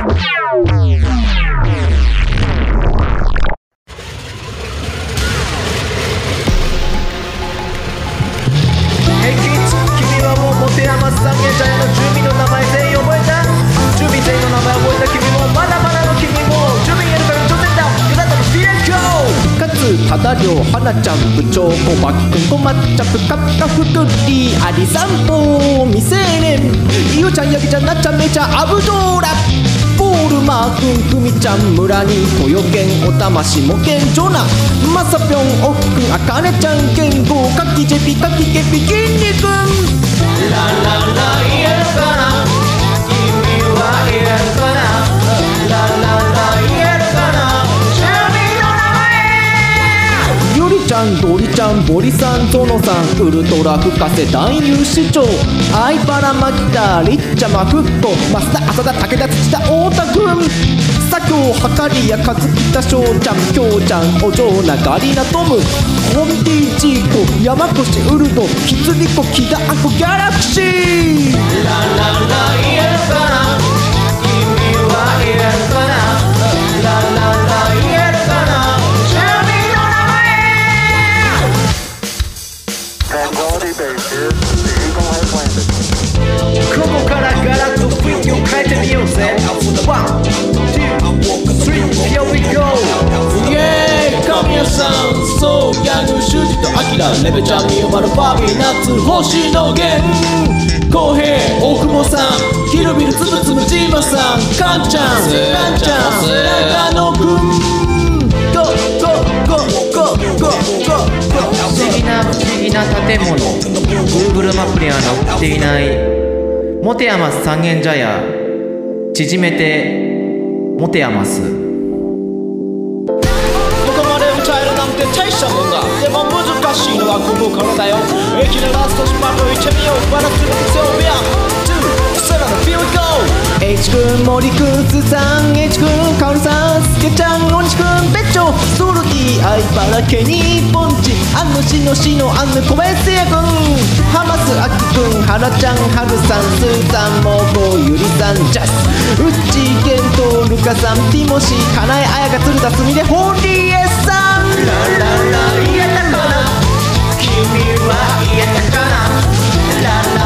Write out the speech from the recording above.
君はもう持山三軒茶屋の住民の名前全員覚えた？住民全員の名前覚えた君もまだまだの君も住民やるから挑戦だ。よだったらスピレッコ。 かつ忠良花ちゃん部長小牧くんこまっちゃくかっかふくりあり散歩未成年いおちゃんやきちゃんなっちゃんめちゃアブドーラポールマーくんふみちゃん村に豊健おたましもけんジョナまさぴょんおっくんあかねちゃんけんごかきジェピかきけぴきんにくんラララ言えるかな君は言えるかなラララ言えるかな住民の名前ゆりちゃんドリちゃんボリさんゾノさんウルトラ深瀬男優市長相原マキタリッチャマフッコ増田浅田武田土田太田くん佐京はかりや和北翔ちゃんきょうちゃんお嬢なガリナトムホンティジーコ山越ウルドキツリコキダアコギャラクシーラララ言えるかな君は言えるかなラララ言えるかな住民の名前ここからガラッと雰囲気を変えてみようぜ One, two, three, here we go イエーイ神谷さんそうギャグ修二とアキラレベちゃんみゆまるファビーナッツ星野源浩平大久保さんキルビルつぶつぶジーマさんカンちゃんランちゃん長野くんゴゴゴゴゴゴゴ不思議な建物 Google マップには載っていないモテヤマス三軒茶屋縮めてモテヤマスここまで歌えるなんて大したもんだでも難しいのはここからだよ駅のラストスパート行ってみようバラつるせよビア2 7 Here we go H くん森くんすさん H くんかおりさんすけちゃんおにしくんべっちょソルティ相原家にポンチあんのしのしのあんぬ小林せやくんハマスあきくんはらちゃんはるさんすーさんもこゆりさんジャスうっちーけんとルカさんティモシーかなえあやか鶴田すみれホリエさんラララ言えたかな君は言えたかなララ